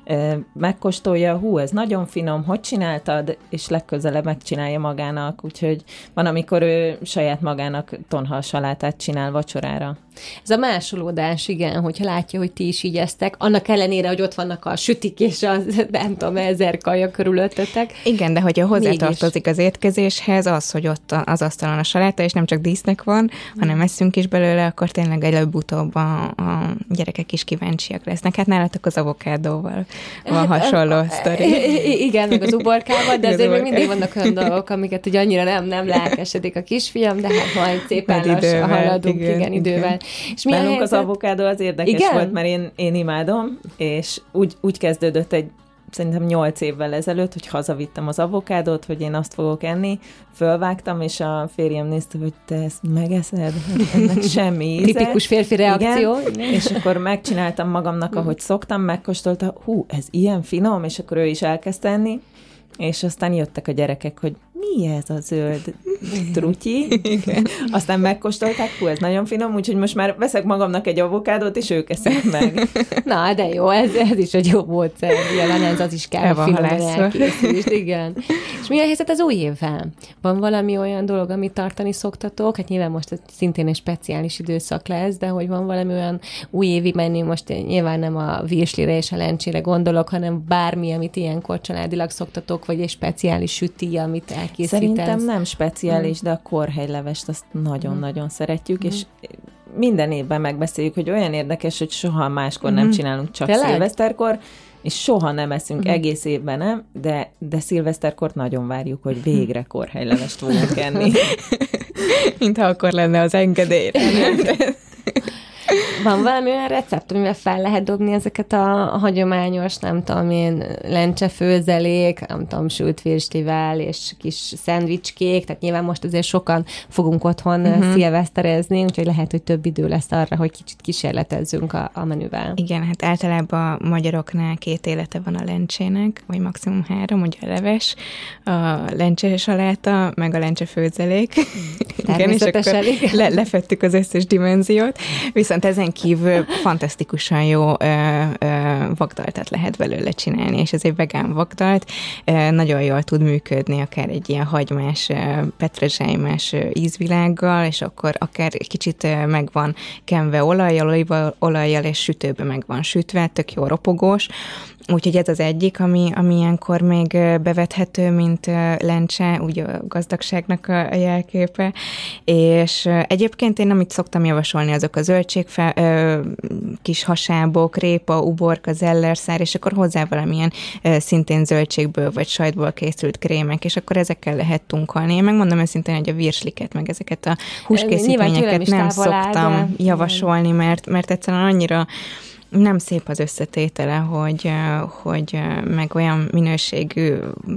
Megkóstolja, ez nagyon finom, hogy csináltad, és legközelebb megcsinálja magának, úgyhogy van, amikor ő saját magának tonhal salátát csinál vacsorára. Ez a másolódás, igen, hogyha látja, hogy ti is így esztek, annak ellenére, hogy ott vannak a sütik és a nem tudom, 1000 kaja körülöttetek. Igen, de hogyha hozzátartozik az étkezéshez az, hogy ott az asztalon a saláta, és nem csak dísznek van, hanem eszünk is belőle, akkor tényleg előbb-utóbb a gyerekek is kíváncsiak lesznek. Hát nálatok az avokádóval van hasonló sztori. Igen, meg az uborkával, de azért még mindig vannak olyan dolgok, amiket ugye annyira nem lelkesedik a kisfiam, de hát majd szépen lassan haladunk, igen, idővel. És nálunk az avokádó az érdekes volt, mert én imádom, és úgy kezdődött szerintem 8 évvel ezelőtt, hogy hazavittem az avokádót, hogy én azt fogok enni, fölvágtam, és a férjem nézte, hogy te ezt megeszed, ennek semmi íze. Tipikus férfi reakció. Igen. És akkor megcsináltam magamnak, ahogy szoktam, megkóstolta, ez ilyen finom, és akkor ő is elkezdte enni, és aztán jöttek a gyerekek, hogy mi ez a zöld trutyi? Aztán megkóstolták, ez nagyon finom, úgyhogy most már veszek magamnak egy avokádót, és ők eszik meg. Na, de jó, ez is egy jó módszer. Nyilván az is kell, hogy finoman elkészülést. Igen. És mi a helyzet az új évvel? Van valami olyan dolog, amit tartani szoktatok? Hát nyilván most szintén egy speciális időszak lesz, de hogy van valami olyan újévi menü, most nyilván nem a virslire és a lencsére gondolok, hanem bármi, amit ilyenkor családilag szoktatok, vagy egy speciális süti, amit elkészítesz. Szerintem nem speciális, de a korhelylevest azt nagyon-nagyon szeretjük, és minden évben megbeszéljük, hogy olyan érdekes, hogy soha máskor nem csinálunk, csak szilveszterkor, és soha nem eszünk, egész évben nem, de szilveszterkor nagyon várjuk, hogy végre korhelylevest fogunk enni. Mintha akkor lenne az engedély. Van valami olyan recept, amivel fel lehet dobni ezeket a hagyományos, nem tudom én, lencsefőzelék, nem tudom, sült virslivel és kis szendvicskék, tehát nyilván most azért sokan fogunk otthon szilveszterezni, úgyhogy lehet, hogy több idő lesz arra, hogy kicsit kísérletezzünk a menüvel. Igen, hát általában a magyaroknál 2 élete van a lencsének, vagy maximum 3, ugye a leves, a lencsesaláta, meg a lencsefőzelék. Igen, és akkor lefettük az összes dimenziót, viszont ezen kívül fantasztikusan jó vagdaltat lehet belőle csinálni, és ez egy vegán vagdalt, nagyon jól tud működni akár egy ilyen hagymás, petrezselymás ízvilággal, és akkor akár kicsit meg van kenve olajjal és sütőbe meg van sütve, tök jó ropogós. Úgyhogy ez az egyik, ami ilyenkor még bevethető, mint lencse, úgy a gazdagságnak a jelképe. És egyébként én amit szoktam javasolni, azok a zöldség, kis hasábok, répa, uborka, zellerszár, és akkor hozzá valamilyen szintén zöldségből vagy sajtból készült krémek, és akkor ezekkel lehet tunkolni. Én megmondom őszintén, hogy a virsliket, meg ezeket a húskészítményeket nem szoktam javasolni, mert egyszerűen annyira nem szép az összetétele, hogy meg olyan minőségű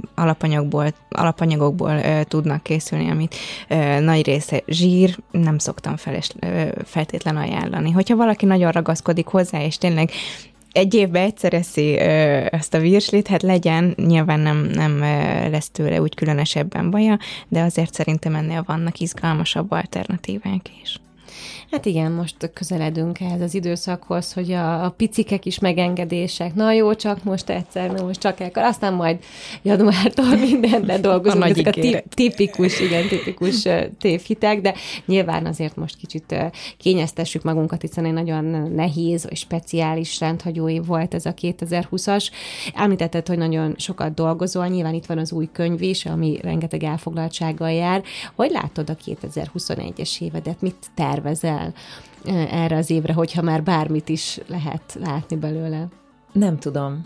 alapanyagokból tudnak készülni, amit nagy része zsír, nem szoktam feltétlen ajánlani. Hogyha valaki nagyon ragaszkodik hozzá, és tényleg egy évben egyszer eszi ezt a virslit, hát legyen, nyilván nem lesz tőle úgy különösebben baja, de azért szerintem ennél vannak izgalmasabb alternatívák is. Hát igen, most közeledünk ehhez az időszakhoz, hogy a picikek is megengedések. Na jó, csak most egyszer, na most csak elkar. Aztán majd januártól mindenben dolgozunk. Ezek a tipikus tévhitek, de nyilván azért most kicsit kényeztessük magunkat, hiszen egy nagyon nehéz és speciális rendhagyó év volt ez a 2020-as. Említetted, hogy nagyon sokat dolgozol, nyilván itt van az új könyv is, ami rengeteg elfoglaltsággal jár. Hogy látod a 2021-es évedet? Mit tervezel erre az évre, hogyha már bármit is lehet látni belőle? Nem tudom.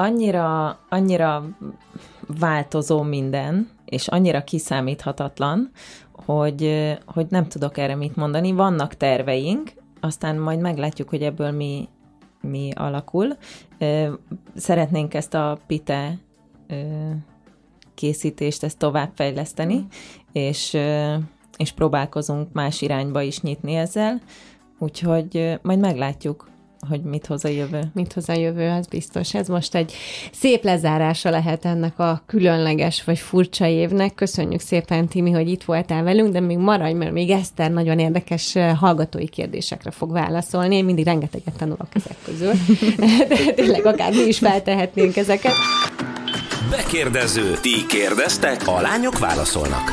Annyira változó minden, és annyira kiszámíthatatlan, hogy nem tudok erre mit mondani. Vannak terveink, aztán majd meglátjuk, hogy ebből mi alakul. Szeretnénk ezt a PITE készítést, ezt továbbfejleszteni, és próbálkozunk más irányba is nyitni ezzel, úgyhogy majd meglátjuk, hogy mit hoz a jövő. Mit hoz a jövő, az biztos. Ez most egy szép lezárása lehet ennek a különleges vagy furcsa évnek. Köszönjük szépen, Timi, hogy itt voltál velünk, de még maradj, mert még Eszter nagyon érdekes hallgatói kérdésekre fog válaszolni. Én mindig rengeteget tanulok ezek közül. De tényleg akár mi is feltehetnénk ezeket. Bekérdező. Ti kérdeztek, a lányok válaszolnak.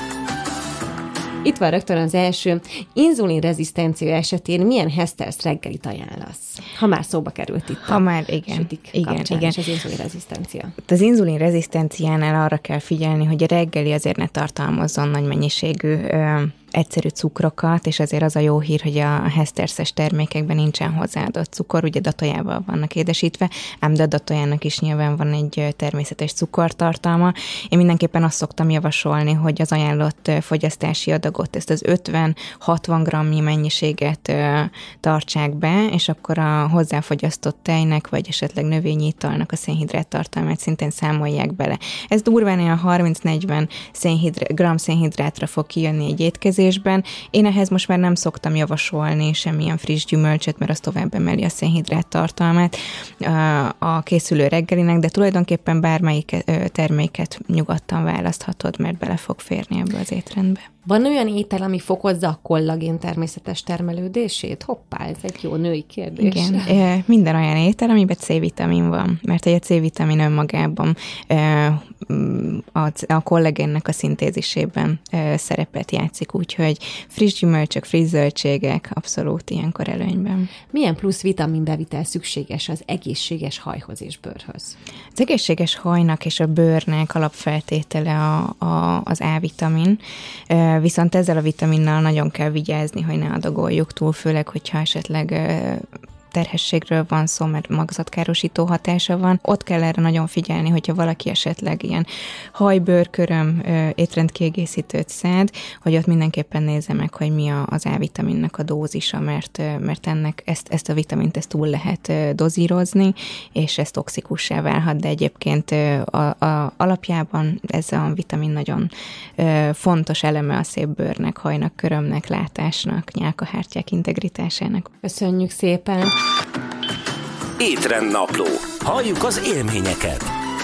Itt van rögtön az első. Inzulinrezisztencia esetén milyen Hester's reggelit ajánlasz? Ha már szóba került itt. Ha már, igen. Igen. Az inzulinrezisztencia. Az inzulinrezisztenciánál arra kell figyelni, hogy a reggeli azért ne tartalmazzon nagy mennyiségű egyszerű cukrokat, és azért az a jó hír, hogy a Hester's-es termékekben nincsen hozzáadott cukor, ugye datójával vannak édesítve, ám de a datójának is nyilván van egy természetes cukortartalma. Én mindenképpen azt szoktam javasolni, hogy az ajánlott fogyasztási adagot, ezt az 50-60 gramnyi mennyiséget tartsák be, és akkor a hozzáfogyasztott tejnek, vagy esetleg növényi italnak a szénhidrát tartalmát szintén számolják bele. Ez durván olyan 30-40 g szénhidrátra fog kijönni egy étkezésben. Én ehhez most már nem szoktam javasolni semmilyen friss gyümölcsöt, mert az tovább emeli a szénhidrát tartalmát a készülő reggelinek, de tulajdonképpen bármelyik terméket nyugodtan választhatod, mert bele fog férni ebbe az étrendbe. Van olyan étel, ami fokozza a kollagén természetes termelődését? Hoppá, ez egy jó női kérdés. Igen, minden olyan étel, amiben C-vitamin van, mert egy C-vitamin önmagában a kollagénnek a szintézisében szerepet játszik, úgyhogy friss gyümölcsök, friss zöldségek abszolút ilyenkor előnyben. Milyen plusz vitaminbevitel szükséges az egészséges hajhoz és bőrhöz? Az egészséges hajnak és a bőrnek alapfeltétele az A-vitamin, viszont ezzel a vitaminnal nagyon kell vigyázni, hogy ne adagoljuk túl, főleg, hogyha esetleg terhességről van szó, mert magzatkárosító hatása van. Ott kell erre nagyon figyelni, hogyha valaki esetleg ilyen hajbőrköröm étrendkiegészítőt szed, hogy ott mindenképpen nézze meg, hogy mi az A-vitaminnak a dózisa, mert ennek ezt a vitamint túl lehet dozírozni, és ez toxikussá válhat, de egyébként alapjában ez a vitamin nagyon fontos eleme a szép bőrnek, hajnak, körömnek, látásnak, nyálkahártyák integritásának. Köszönjük szépen! Étrendnapló. Halljuk az élményeket.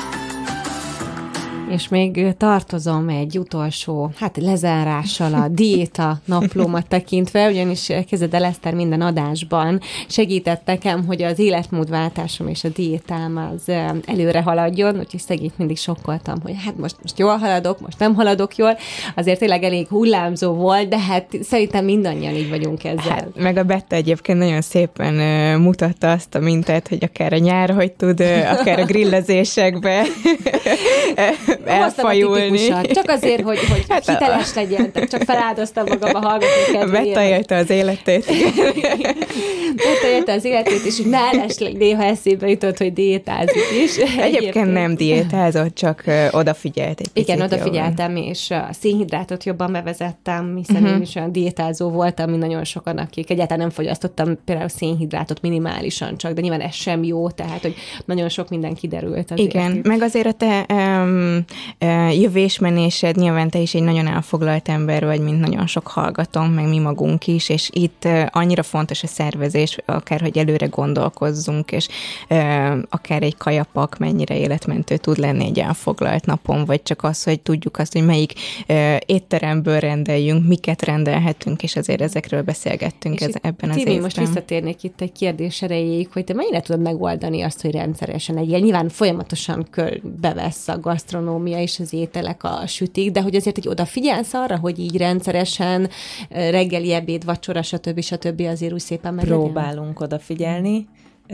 És még tartozom egy utolsó, lezárással a diéta naplómat tekintve, ugyanis kezded el, Eszter, minden adásban segített nekem, hogy az életmódváltásom és a diétám az előre haladjon, úgyhogy szegényt mindig sokkoltam, hogy most jól haladok, most nem haladok jól, azért tényleg elég hullámzó volt, de szerintem mindannyian így vagyunk ezzel. Meg a Betta egyébként nagyon szépen mutatta azt a mintát, hogy akár a nyár, hogy tud, akár a grillezésekbe elfajulni. Csak azért, hogy hiteles legyen, csak feláldoztam magam a hallgatók kedvéért. Betta élte az életét. Tetejete az életét, és mellesleg néha eszébe jutott, hogy diétázik is. Egyébként nem diétázott, csak odafigyelt egy picit. Igen, odafigyeltem, és a szénhidrátot jobban bevezettem, hiszen én is olyan diétázó voltam, mint nagyon sokan, akik egyáltalán nem fogyasztottam például szénhidrátot minimálisan csak, de nyilván ez sem jó, tehát, hogy nagyon sok minden kiderült azért. Igen, meg azért a te jövésmenésed, nyilván te is egy nagyon elfoglalt ember vagy, mint nagyon sok hallgatom, meg mi magunk is, és itt annyira fontos a szervezés, akár, hogy előre gondolkozzunk, és akár egy kajapak mennyire életmentő tud lenni egy elfoglalt napon, vagy csak az, hogy tudjuk azt, hogy melyik étteremből rendeljünk, miket rendelhetünk, és azért ezekről beszélgettünk ebben az évben. Most visszatérnék itt egy kérdés erejéig, hogy te mennyire tudod megoldani azt, hogy rendszeresen egyél. Nyilván folyamatosan bevesz a gasztronómia és az ételek, a sütik, de hogy azért, hogy odafigyelsz arra, hogy így rendszeresen reggeli, ebéd, vacsora, stb. Azért úgy szépen meglegyen? Próbálunk odafigyelni.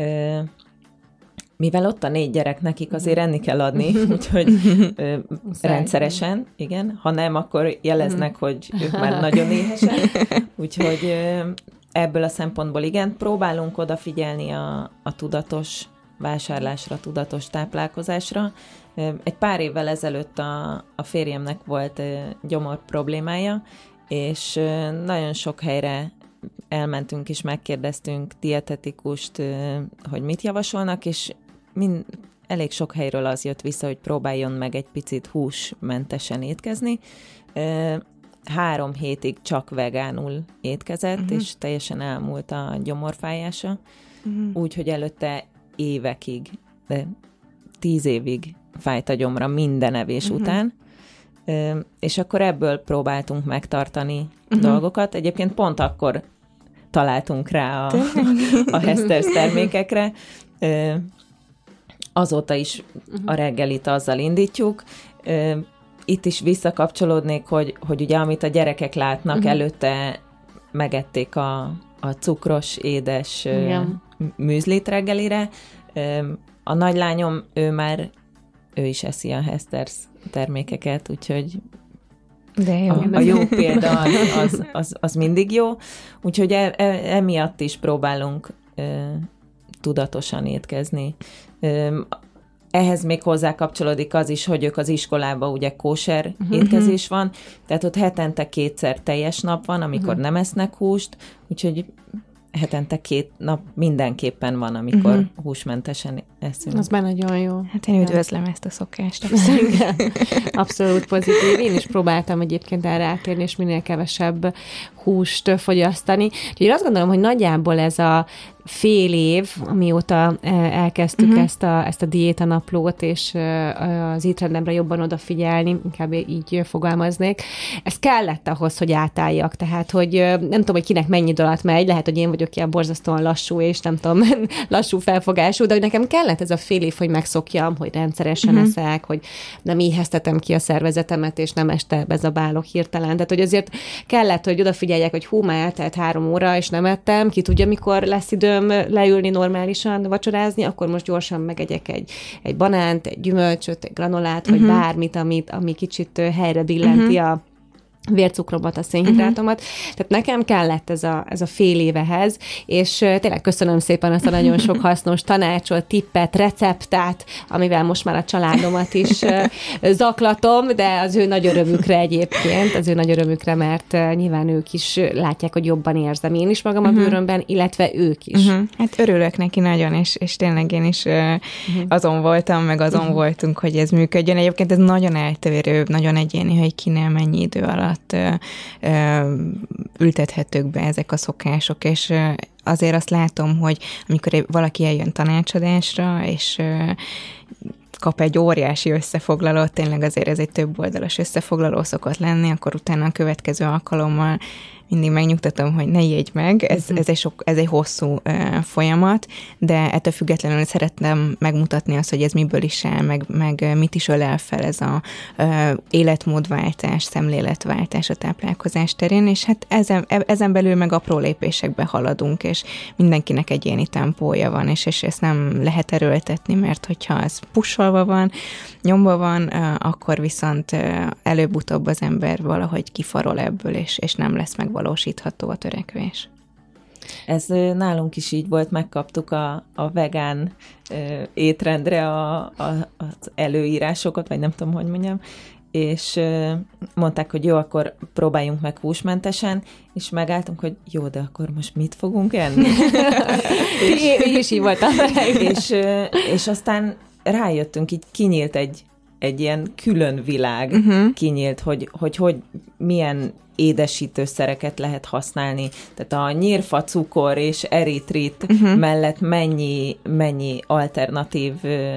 Mivel ott a 4 gyerek, nekik azért enni kell adni, úgyhogy rendszeresen, igen. Ha nem, akkor jeleznek, hogy ők már nagyon éhesek. Úgyhogy ebből a szempontból igen, próbálunk odafigyelni a tudatos vásárlásra, tudatos táplálkozásra. Egy pár évvel ezelőtt a férjemnek volt gyomor problémája, és nagyon sok helyre elmentünk és megkérdeztünk dietetikust, hogy mit javasolnak, és elég sok helyről az jött vissza, hogy próbáljon meg egy picit húsmentesen étkezni. 3 hétig csak vegánul étkezett, és teljesen elmúlt a gyomorfájása. Úgyhogy előtte évekig, de 10 évig fájt a gyomra minden evés után. És akkor ebből próbáltunk megtartani dolgokat. Egyébként pont akkor találtunk rá a Hester's termékekre. Azóta is a reggelit azzal indítjuk. Itt is visszakapcsolódnék, hogy ugye amit a gyerekek látnak, előtte megették a cukros, édes műzlit reggelire. A nagylányom, ő is eszi a Hester's termékeket, úgyhogy de jó. A jó példa az mindig jó. Úgyhogy emiatt is próbálunk tudatosan étkezni. Ehhez még hozzá kapcsolódik az is, hogy ők az iskolában ugye kóser étkezés van, tehát ott hetente 2-szer teljes nap van, amikor nem esznek húst, úgyhogy hetente 2 nap mindenképpen van, amikor húsmentesen eszünk. Az már nagyon jó. Hát én üdvözlöm ezt a szokást. Abszolút pozitív. Én is próbáltam egyébként erre átérni, és minél kevesebb húst fogyasztani. Úgyhogy én azt gondolom, hogy nagyjából ez a fél év, amióta elkezdtük ezt a diétanaplót, és az étrendemre jobban odafigyelni, inkább így fogalmaznék. Ez kellett ahhoz, hogy átálljak. Tehát, hogy nem tudom, hogy kinek mennyi idő alatt megy, lehet, hogy én vagyok ilyen borzasztóan lassú, és nem tudom, lassú felfogású, de hogy nekem kellett ez a fél év, hogy megszokjam, hogy rendszeresen eszek, hogy nem éheztetem ki a szervezetemet, és nem este bezabálok hirtelen. Tehát, hogy azért kellett, hogy odafigyeljek, hogy hú, már eltelt 3 óra, és nem ettem, ki tudja, mikor lesz időm leülni normálisan, vacsorázni, akkor most gyorsan megegyek egy banánt, egy gyümölcsöt, egy granolát, vagy bármit, ami kicsit helyre billenti a vércukromat, a szénhidrátomat. Tehát nekem kellett ez a fél évehez, és tényleg köszönöm szépen azt a nagyon sok hasznos tanácsot, tippet, receptát, amivel most már a családomat is zaklatom, de az ő nagy örömükre egyébként, az ő nagy örömükre, mert nyilván ők is látják, hogy jobban érzem én is magam a bőrömben, illetve ők is. Hát örülök neki nagyon, és tényleg én is azon voltam, meg azon voltunk, hogy ez működjön. Egyébként ez nagyon eltérő, nagyon egyéni, hogy kinél mennyi idő alatt ültethetők be ezek a szokások, és azért azt látom, hogy amikor valaki eljön tanácsadásra, és kap egy óriási összefoglalót, tényleg azért ez egy több oldalas összefoglaló szokott lenni, akkor utána a következő alkalommal mindig megnyugtatom, hogy ne ijedj meg, ez egy hosszú folyamat, de ettől függetlenül szeretném megmutatni azt, hogy ez miből is áll, meg mit is ölel fel ez a életmódváltás, szemléletváltás a táplálkozás terén, és hát ezen belül meg apró lépésekbe haladunk, és mindenkinek egyéni tempója van, és ezt nem lehet erőltetni, mert hogyha ez pusolva van, nyomva van, akkor viszont előbb-utóbb az ember valahogy kifarol ebből, és nem lesz megvalósítható a törekvés. Ez nálunk is így volt, megkaptuk a vegán étrendre az előírásokat, vagy nem tudom, hogy mondjam, és mondták, hogy jó, akkor próbáljunk meg húsmentesen, és megálltunk, hogy jó, de akkor most mit fogunk enni? Én is így voltam. És aztán rájöttünk, így kinyílt egy ilyen külön világ, kinyílt, hogy milyen édesítőszereket lehet használni. Tehát a nyírfa, cukor és eritrit mellett mennyi alternatív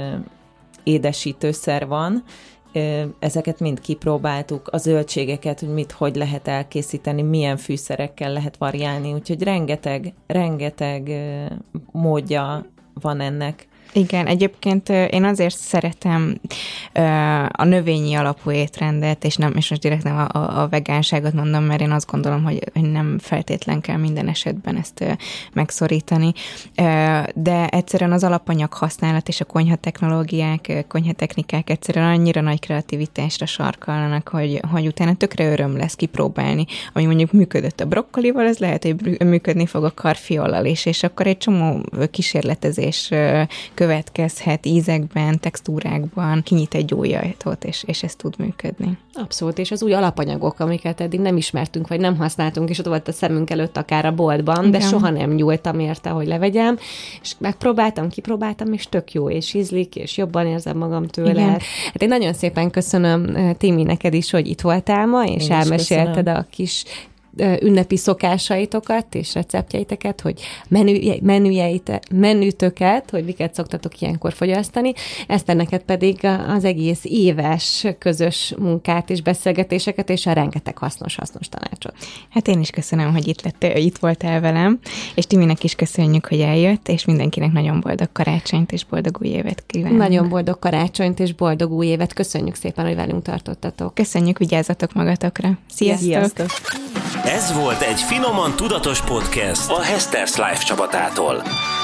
édesítőszer van. Ezeket mind kipróbáltuk, a zöldségeket, hogy lehet elkészíteni, milyen fűszerekkel lehet variálni, úgyhogy rengeteg módja van ennek. Igen, egyébként én azért szeretem a növényi alapú étrendet, és most direkt nem a vegánságot mondom, mert én azt gondolom, hogy nem feltétlen kell minden esetben ezt megszorítani, de egyszerűen az alapanyag használat és a konyhatechnológiák, konyhatechnikák egyszerűen annyira nagy kreativitásra sarkalnak, hogy utána tökre öröm lesz kipróbálni, ami mondjuk működött a brokkolival, ez lehet, hogy működni fog a karfiollal is, és akkor egy csomó kísérletezés következhet ízekben, textúrákban, kinyit egy új ajtót, és ez tud működni. Abszolút, és az új alapanyagok, amiket eddig nem ismertünk, vagy nem használtunk, és ott volt a szemünk előtt akár a boltban, de soha nem nyúltam érte, hogy levegyem, és kipróbáltam, és tök jó, és ízlik, és jobban érzem magam tőle. Igen. Hát én nagyon szépen köszönöm, Timi, neked is, hogy itt voltál ma, és elmesélted a kis ünnepi szokásaitokat és receptjeiteket, hogy menütöket, hogy miket szoktatok ilyenkor fogyasztani. Eszter, neked pedig az egész éves közös munkát és beszélgetéseket, és a rengeteg hasznos tanácsot. Hát én is köszönöm, hogy itt voltál velem, és Timinek is köszönjük, hogy eljött, és mindenkinek nagyon boldog karácsonyt és boldog új évet kívánunk. Nagyon boldog karácsonyt és boldog új évet. Köszönjük szépen, hogy velünk tartottatok. Köszönjük, vigyázzatok magatokra. Sziasztok! Ez volt egy finoman tudatos podcast a Hester's Life csapatától.